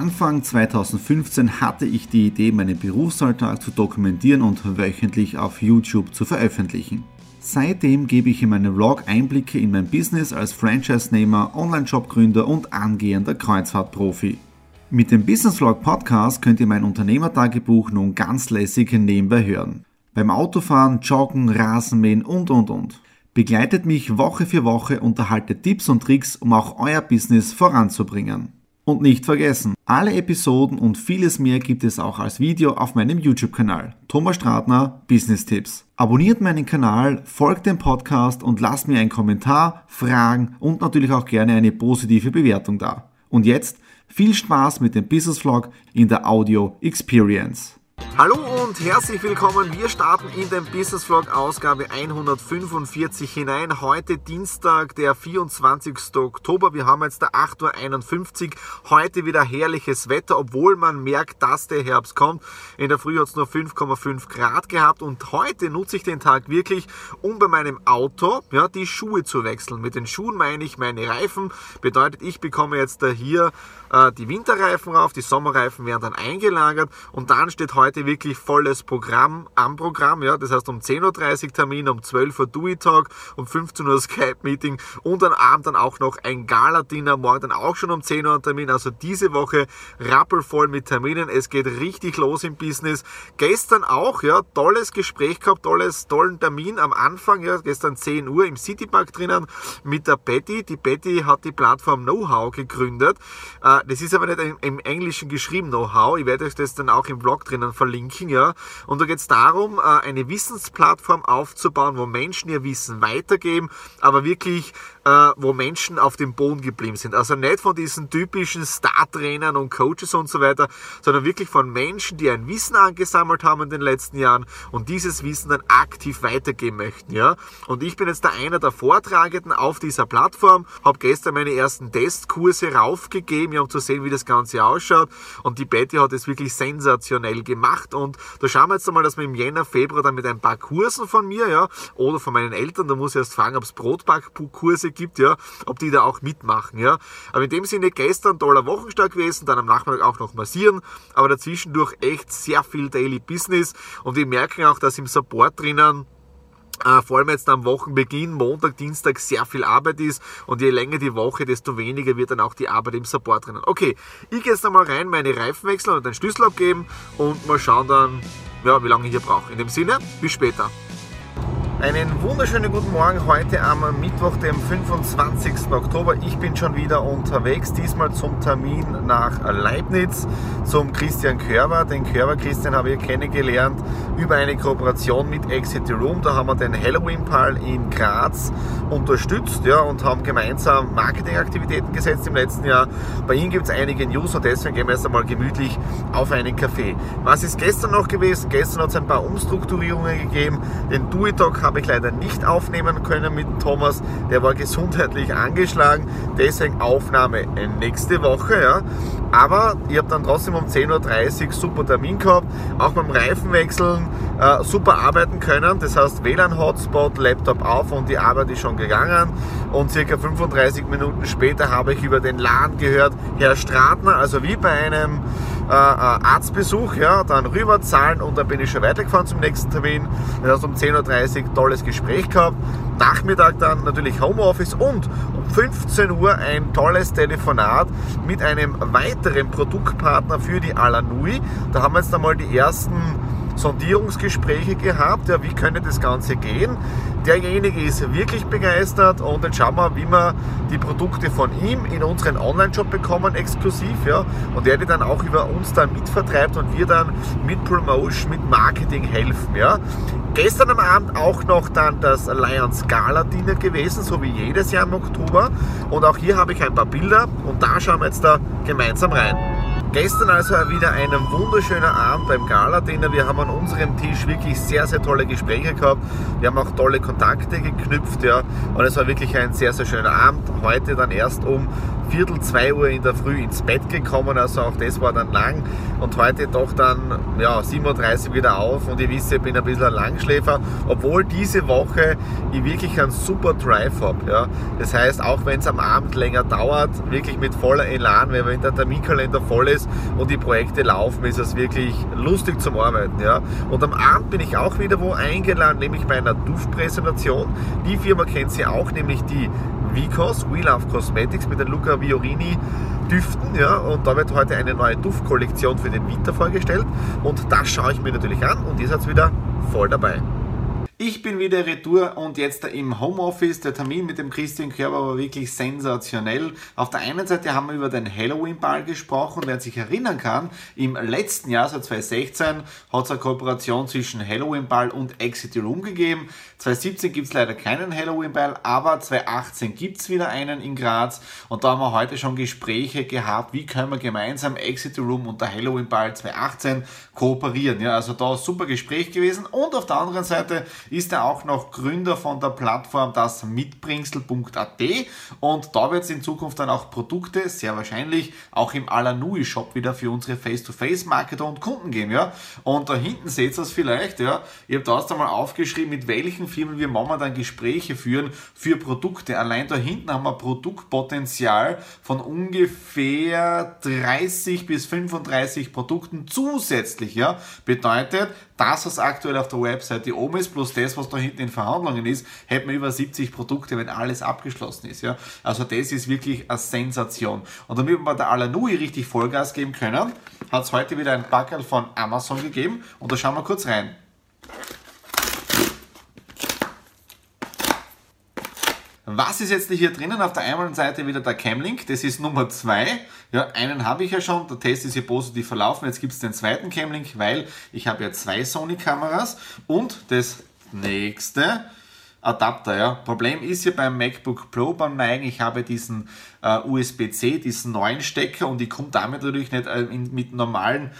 Anfang 2015 hatte ich die Idee, meinen Berufsalltag zu dokumentieren und wöchentlich auf YouTube zu veröffentlichen. Seitdem gebe ich in meinem Vlog Einblicke in mein Business als Franchise-Nehmer, Online-Shop-Gründer und angehender Kreuzfahrtprofi. Mit dem Business Vlog Podcast könnt ihr mein Unternehmertagebuch nun ganz lässig nebenbei hören. Beim Autofahren, Joggen, Rasenmähen und. Begleitet mich Woche für Woche und erhaltet Tipps und Tricks, um auch euer Business voranzubringen. Und nicht vergessen, alle Episoden und vieles mehr gibt es auch als Video auf meinem YouTube-Kanal. Thomas Stratner, Business Tipps. Abonniert meinen Kanal, folgt dem Podcast und lasst mir einen Kommentar, Fragen und natürlich auch gerne eine positive Bewertung da. Und jetzt viel Spaß mit dem Business Vlog in der Audio Experience. Hallo und herzlich willkommen. Wir starten in den Business Vlog Ausgabe 145 hinein. Heute Dienstag, der 24. Oktober. Wir haben jetzt der 8:51 Uhr. Heute wieder herrliches Wetter, obwohl man merkt, dass der Herbst kommt. In der Früh hat es nur 5,5 Grad gehabt und heute nutze ich den Tag wirklich, um bei meinem Auto die Schuhe zu wechseln. Mit den Schuhen meine ich meine Reifen. Bedeutet, ich bekomme jetzt hier die Winterreifen rauf, die Sommerreifen werden dann eingelagert und dann steht heute wirklich volles Programm am Programm. Ja, das heißt um 10:30 Uhr Termin, um 12 Uhr DUI-Talk, um 15 Uhr Skype-Meeting und am Abend dann auch noch ein Gala-Dinner, morgen dann auch schon um 10 Uhr ein Termin. Also diese Woche rappelvoll mit Terminen. Es geht richtig los im Business. Gestern auch, tolles Gespräch gehabt, tollen Termin am Anfang, gestern 10 Uhr im Citypark drinnen mit der Betty. Die Betty hat die Plattform Know-How gegründet. Das ist aber nicht im Englischen geschrieben Know-How. Ich werde euch das dann auch im Blog drinnen verlinken. Und da geht es darum, eine Wissensplattform aufzubauen, wo Menschen ihr Wissen weitergeben, aber wirklich, wo Menschen auf dem Boden geblieben sind. Also nicht von diesen typischen Star-Trainern und Coaches und so weiter, sondern wirklich von Menschen, die ein Wissen angesammelt haben in den letzten Jahren und dieses Wissen dann aktiv weitergeben möchten. Und ich bin jetzt einer der Vortragenden auf dieser Plattform, habe gestern meine ersten Testkurse raufgegeben, um zu sehen, wie das Ganze ausschaut. Und die Betty hat es wirklich sensationell gemacht. Und da schauen wir jetzt einmal, dass wir im Jänner, Februar dann mit ein paar Kursen von mir, oder von meinen Eltern, da muss ich erst fragen, ob es Brotbackkurse gibt, ob die da auch mitmachen, Aber in dem Sinne gestern toller Wochenstart gewesen, dann am Nachmittag auch noch massieren, aber dazwischendurch echt sehr viel Daily Business und wir merken auch, dass im Support drinnen vor allem jetzt am Wochenbeginn, Montag, Dienstag, sehr viel Arbeit ist und je länger die Woche, desto weniger wird dann auch die Arbeit im Support drinnen. Okay, ich gehe jetzt einmal rein, meine Reifen wechseln und den Schlüssel abgeben und mal schauen dann, wie lange ich hier brauche. In dem Sinne, bis später. Einen wunderschönen guten Morgen heute am Mittwoch, dem 25. Oktober. Ich bin schon wieder unterwegs, diesmal zum Termin nach Leibniz, zum Christian Körber. Den Körber Christian habe ich kennengelernt über eine Kooperation mit Exit the Room. Da haben wir den Halloween-Pal in Graz unterstützt und haben gemeinsam Marketingaktivitäten gesetzt im letzten Jahr. Bei ihm gibt es einige News und deswegen gehen wir erst einmal gemütlich auf einen Kaffee. Was ist gestern noch gewesen? Gestern hat es ein paar Umstrukturierungen gegeben. Den DUI-Talk habe ich leider nicht aufnehmen können mit Thomas, der war gesundheitlich angeschlagen, deswegen Aufnahme nächste Woche, aber ich habe dann trotzdem um 10:30 Uhr super Termin gehabt, auch beim Reifenwechseln super arbeiten können, das heißt WLAN-Hotspot, Laptop auf und die Arbeit ist schon gegangen und circa 35 Minuten später habe ich über den LAN gehört, Herr Stratner, also wie bei einem Arztbesuch, dann rüber zahlen und dann bin ich schon weitergefahren zum nächsten Termin. Das heißt um 10:30 Uhr tolles Gespräch gehabt. Nachmittag dann natürlich Homeoffice und um 15 Uhr ein tolles Telefonat mit einem weiteren Produktpartner für die Alanui. Da haben wir jetzt einmal die ersten Sondierungsgespräche gehabt, wie könnte das Ganze gehen. Derjenige ist wirklich begeistert und dann schauen wir, wie wir die Produkte von ihm in unseren Online-Shop bekommen, exklusiv, und der die dann auch über uns dann mitvertreibt und wir dann mit Promotion, mit Marketing helfen, Gestern am Abend auch noch dann das Allianz Gala Dinner gewesen, so wie jedes Jahr im Oktober und auch hier habe ich ein paar Bilder und da schauen wir jetzt da gemeinsam rein. Gestern also wieder ein wunderschöner Abend beim Gala-Dinner. Wir haben an unserem Tisch wirklich sehr, sehr tolle Gespräche gehabt. Wir haben auch tolle Kontakte geknüpft, und es war wirklich ein sehr, sehr schöner Abend. Heute dann erst um 1:45 in der Früh ins Bett gekommen, also auch das war dann lang und heute doch dann 7:30 Uhr wieder auf und ich wisst, ich bin ein bisschen ein Langschläfer, obwohl diese Woche ich wirklich einen super Drive habe. Ja. Das heißt, auch wenn es am Abend länger dauert, wirklich mit voller Elan, wenn der Terminkalender voll ist und die Projekte laufen, ist es wirklich lustig zum Arbeiten. Ja. Und am Abend bin ich auch wieder wo eingeladen, nämlich bei einer Duftpräsentation. Die Firma kennt sie auch, nämlich die Vicos, We Love Cosmetics mit den Luca Viorini Düften, ja, und da wird heute eine neue Duftkollektion für den Winter vorgestellt und das schaue ich mir natürlich an und ihr seid wieder voll dabei. Ich bin wieder retour und jetzt im Homeoffice. Der Termin mit dem Christian Körber war wirklich sensationell. Auf der einen Seite haben wir über den Halloween-Ball gesprochen. Wer sich erinnern kann, im letzten Jahr, so 2016, hat es eine Kooperation zwischen Halloween-Ball und Exit Room gegeben. 2017 gibt es leider keinen Halloween-Ball, aber 2018 gibt es wieder einen in Graz. Und da haben wir heute schon Gespräche gehabt, wie können wir gemeinsam Exit Room und der Halloween-Ball 2018 kooperieren. Ja, also da ein super Gespräch gewesen. Und auf der anderen Seite ist er auch noch Gründer von der Plattform dasmitbringsel.at und da wird es in Zukunft dann auch Produkte, sehr wahrscheinlich auch im Alanui Shop wieder für unsere Face-to-Face-Marketer und Kunden geben. Ja? Und da hinten seht ihr es vielleicht, ja? Ich habe da einmal aufgeschrieben, mit welchen Firmen wir momentan Gespräche führen für Produkte. Allein da hinten haben wir Produktpotenzial von ungefähr 30 bis 35 Produkten zusätzlich. Ja? Bedeutet, das, was aktuell auf der Webseite oben ist, plus das, was da hinten in Verhandlungen ist, hätten wir über 70 Produkte, wenn alles abgeschlossen ist. Ja? Also das ist wirklich eine Sensation. Und damit wir bei der Alanui richtig Vollgas geben können, hat es heute wieder ein Packerl von Amazon gegeben und da schauen wir kurz rein. Was ist jetzt hier drinnen? Auf der einen Seite wieder der Camlink, das ist Nummer 2. Ja, einen habe ich ja schon, der Test ist hier positiv verlaufen. Jetzt gibt es den zweiten Camlink, weil ich habe ja 2 Sony-Kameras und das nächste Adapter. Ja. Problem ist hier beim MacBook Pro beim Neigen, ich habe diesen USB-C, diesen neuen Stecker und ich komme damit natürlich nicht mit normalen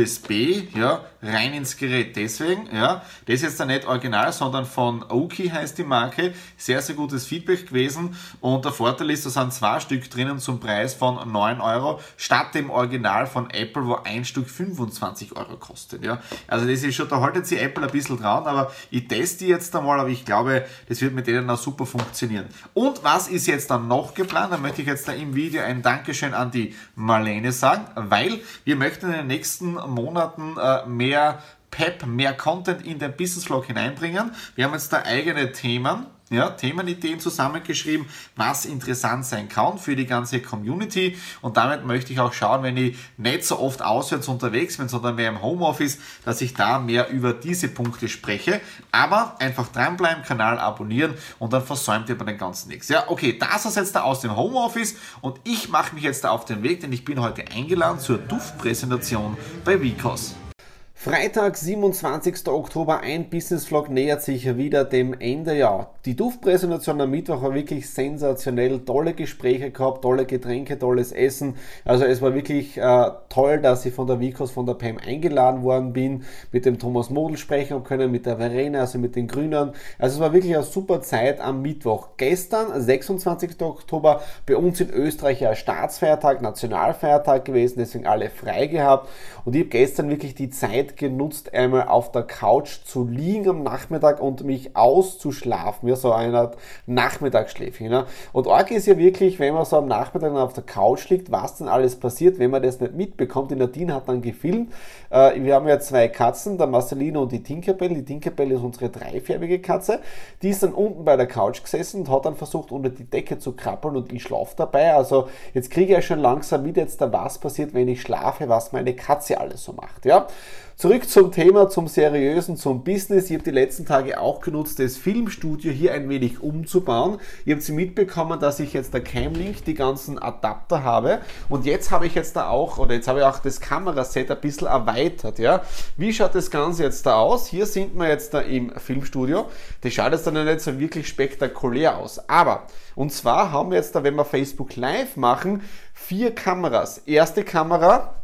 USB rein ins Gerät. Deswegen, das ist jetzt nicht original, sondern von Oki heißt die Marke. Sehr, sehr gutes Feedback gewesen und der Vorteil ist, da sind 2 Stück drinnen zum Preis von 9 Euro statt dem Original von Apple, wo ein Stück 25 Euro kostet. Ja. Also das ist schon, da haltet sich Apple ein bisschen dran, aber ich teste jetzt einmal, aber ich glaube, das wird mit denen auch super funktionieren. Und was ist jetzt dann noch geplant? Da möchte ich jetzt da im Video ein Dankeschön an die Marlene sagen, weil wir möchten in den nächsten Monaten mehr Pep, mehr Content in den Business Vlog hineinbringen. Wir haben jetzt da eigene Themenideen zusammengeschrieben, was interessant sein kann für die ganze Community und damit möchte ich auch schauen, wenn ich nicht so oft auswärts unterwegs bin, sondern mehr im Homeoffice, dass ich da mehr über diese Punkte spreche, aber einfach dranbleiben, Kanal abonnieren und dann versäumt ihr bei den ganzen nichts. Ja, okay, das ist jetzt da aus dem Homeoffice und ich mache mich jetzt da auf den Weg, denn ich bin heute eingeladen zur Duftpräsentation bei Vicos. Freitag, 27. Oktober, ein Business Vlog nähert sich wieder dem Ende. Ja, die Duftpräsentation am Mittwoch war wirklich sensationell, tolle Gespräche gehabt, tolle Getränke, tolles Essen. Also es war wirklich toll, dass ich von der Vicos, von der Pam eingeladen worden bin, mit dem Thomas Model sprechen können, mit der Verena, also mit den Grünen. Also es war wirklich eine super Zeit am Mittwoch. Gestern, 26. Oktober, bei uns in Österreich ja Staatsfeiertag, Nationalfeiertag gewesen, deswegen alle frei gehabt. Und ich habe gestern wirklich die Zeit genutzt, einmal auf der Couch zu liegen am Nachmittag und mich auszuschlafen, ja, so eine Art Nachmittagsschläfchen. Ne? Und arg ist ja wirklich, wenn man so am Nachmittag auf der Couch liegt, was dann alles passiert, wenn man das nicht mitbekommt. Die Nadine hat dann gefilmt. Wir haben ja 2 Katzen, der Marcelino und die Tinkerbell. Die Tinkerbell ist unsere 3-färbige Katze. Die ist dann unten bei der Couch gesessen und hat dann versucht, unter die Decke zu krabbeln und ich schlafe dabei. Also jetzt kriege ich ja schon langsam mit, jetzt da was passiert, wenn ich schlafe, was meine Katze alles so macht. Ja? Zurück zum Thema, zum Seriösen, zum Business. Ich habe die letzten Tage auch genutzt, das Filmstudio hier ein wenig umzubauen. Ihr habt sie mitbekommen, dass ich jetzt der Camlink, die ganzen Adapter habe. Und jetzt habe ich jetzt da auch, oder jetzt habe ich auch das Kameraset ein bisschen erweitert. Ja. Wie schaut das Ganze jetzt da aus? Hier sind wir jetzt da im Filmstudio. Das schaut jetzt dann nicht so wirklich spektakulär aus. Aber, und zwar haben wir jetzt da, wenn wir Facebook Live machen, 4 Kameras. Erste Kamera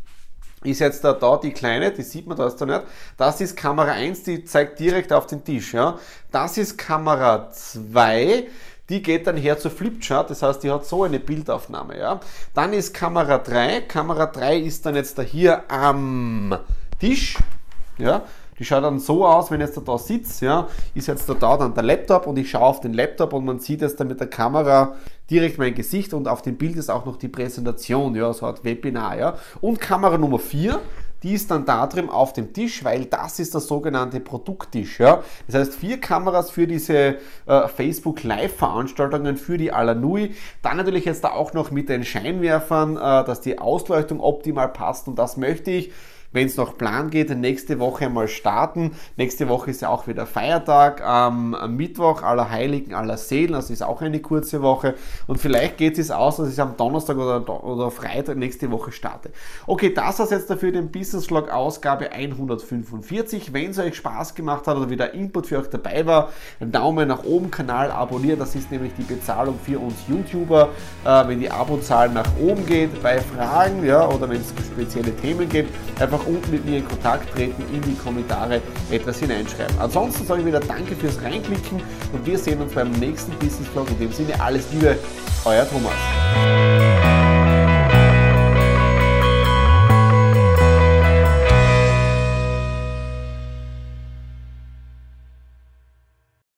ist jetzt da die kleine, die sieht man da jetzt da nicht. Das ist Kamera 1, die zeigt direkt auf den Tisch. Ja. Das ist Kamera 2, die geht dann her zur Flipchart, das heißt, die hat so eine Bildaufnahme. Ja. Dann ist Kamera 3. Kamera 3 ist dann jetzt da hier am Tisch. Ja. Die schaut dann so aus, wenn ich jetzt da sitze, ja, ist jetzt da dann der Laptop und ich schaue auf den Laptop und man sieht jetzt dann mit der Kamera direkt mein Gesicht und auf dem Bild ist auch noch die Präsentation, ja, so ein Webinar, ja. Und Kamera Nummer 4, die ist dann da drin auf dem Tisch, weil das ist der sogenannte Produkttisch, ja. Das heißt 4 Kameras für diese Facebook Live Veranstaltungen für die Alanui. Dann natürlich jetzt da auch noch mit den Scheinwerfern, dass die Ausleuchtung optimal passt und das möchte ich, wenn es nach Plan geht, nächste Woche mal starten. Nächste Woche ist ja auch wieder Feiertag, am Mittwoch, Allerheiligen, Allerseelen, also ist auch eine kurze Woche. Und vielleicht geht es aus, dass ich am Donnerstag oder Freitag nächste Woche starte. Okay, das war's jetzt dafür, den Business Vlog Ausgabe 145. Wenn es euch Spaß gemacht hat oder wieder Input für euch dabei war, einen Daumen nach oben, Kanal abonnieren, das ist nämlich die Bezahlung für uns YouTuber. Wenn die Abozahl nach oben geht, bei Fragen, ja, oder wenn es spezielle Themen gibt, einfach unten mit mir in Kontakt treten, in die Kommentare etwas hineinschreiben. Ansonsten sage ich wieder danke fürs Reinklicken und wir sehen uns beim nächsten Business Vlog. In dem Sinne alles Liebe, euer Thomas.